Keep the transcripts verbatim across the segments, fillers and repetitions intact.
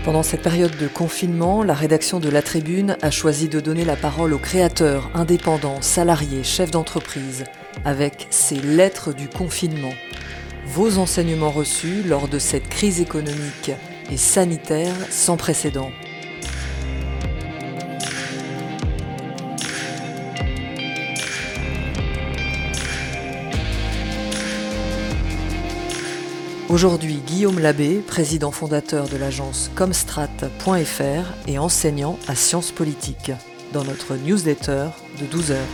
Pendant cette période de confinement, la rédaction de La Tribune a choisi de donner la parole aux créateurs, indépendants, salariés, chefs d'entreprise, avec ces lettres du confinement. Vos enseignements reçus lors de cette crise économique et sanitaire sans précédent. Aujourd'hui, Guillaume Labbé, président fondateur de l'agence comstrat point f r et enseignant à Sciences Politiques, dans notre newsletter de douze heures.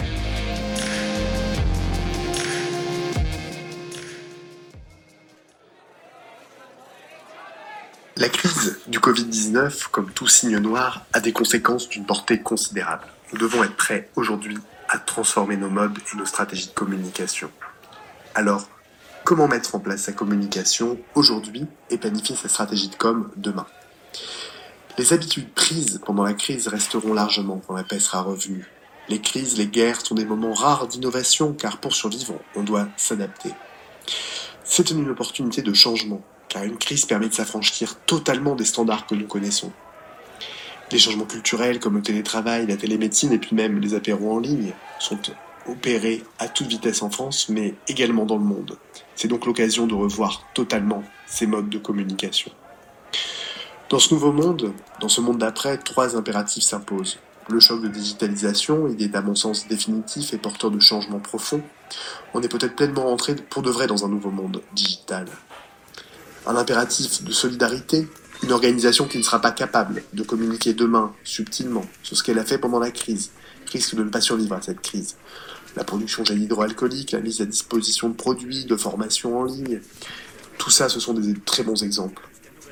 La crise du covid dix-neuf, comme tout signe noir, a des conséquences d'une portée considérable. Nous devons être prêts aujourd'hui à transformer nos modes et nos stratégies de communication. Alors, comment mettre en place sa communication aujourd'hui et planifier sa stratégie de com demain? Les habitudes prises pendant la crise resteront largement quand la paix sera revenue. Les crises, les guerres sont des moments rares d'innovation car pour survivre, on doit s'adapter. C'est une opportunité de changement car une crise permet de s'affranchir totalement des standards que nous connaissons. Les changements culturels comme le télétravail, la télémédecine et puis même les apéros en ligne sont opérés à toute vitesse en France mais également dans le monde. C'est donc l'occasion de revoir totalement ces modes de communication. Dans ce nouveau monde, dans ce monde d'après, trois impératifs s'imposent. Le choc de digitalisation, il est à mon sens définitif et porteur de changements profonds. On est peut-être pleinement entré pour de vrai dans un nouveau monde digital. Un impératif de solidarité, une organisation qui ne sera pas capable de communiquer demain subtilement sur ce qu'elle a fait pendant la crise, risque de ne pas survivre à cette crise. La production gel hydroalcoolique, la mise à disposition de produits, de formations en ligne, tout ça, ce sont des très bons exemples.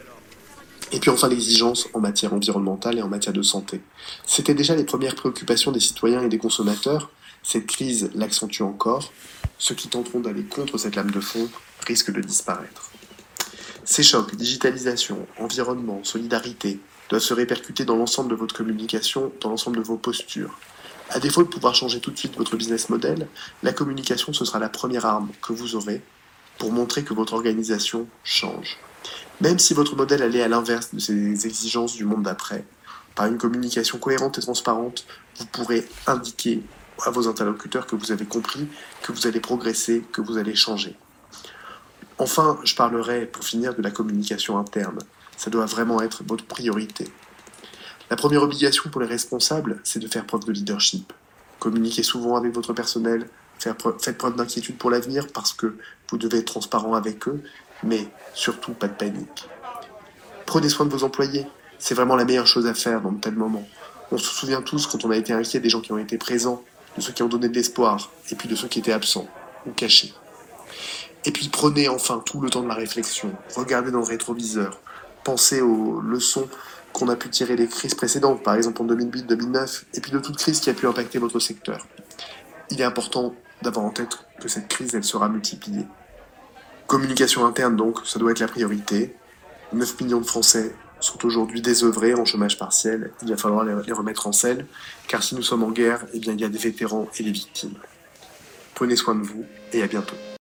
Et puis enfin l'exigence en matière environnementale et en matière de santé. C'était déjà les premières préoccupations des citoyens et des consommateurs. Cette crise l'accentue encore. Ceux qui tenteront d'aller contre cette lame de fond risquent de disparaître. Ces chocs, digitalisation, environnement, solidarité, doivent se répercuter dans l'ensemble de votre communication, dans l'ensemble de vos postures. À défaut de pouvoir changer tout de suite votre business model, la communication, ce sera la première arme que vous aurez pour montrer que votre organisation change. Même si votre modèle allait à l'inverse de ces exigences du monde d'après, par une communication cohérente et transparente, vous pourrez indiquer à vos interlocuteurs que vous avez compris, que vous allez progresser, que vous allez changer. Enfin, je parlerai, pour finir, de la communication interne. Ça doit vraiment être votre priorité. La première obligation pour les responsables, c'est de faire preuve de leadership. Communiquez souvent avec votre personnel, faire preuve, faites preuve d'inquiétude pour l'avenir parce que vous devez être transparent avec eux, mais surtout pas de panique. Prenez soin de vos employés, c'est vraiment la meilleure chose à faire dans de tels moments. On se souvient tous quand on a été inquiet des gens qui ont été présents, de ceux qui ont donné de l'espoir, et puis de ceux qui étaient absents ou cachés. Et puis prenez enfin tout le temps de la réflexion, regardez dans le rétroviseur, pensez aux leçons qu'on a pu tirer des crises précédentes, par exemple en deux mille huit deux mille neuf, et puis de toute crise qui a pu impacter votre secteur. Il est important d'avoir en tête que cette crise, elle sera multipliée. Communication interne donc, ça doit être la priorité. neuf millions de Français sont aujourd'hui désœuvrés en chômage partiel, il va falloir les remettre en selle, car si nous sommes en guerre, eh bien il y a des vétérans et des victimes. Prenez soin de vous, et à bientôt.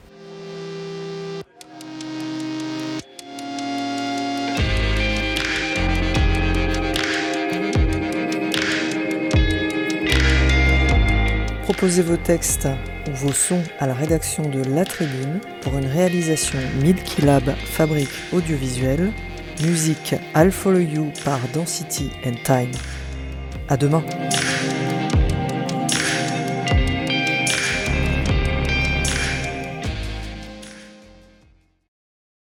Proposez vos textes ou vos sons à la rédaction de La Tribune pour une réalisation Milky Lab Fabrique audiovisuelle, musique I'll Follow You par Density and Time. À demain.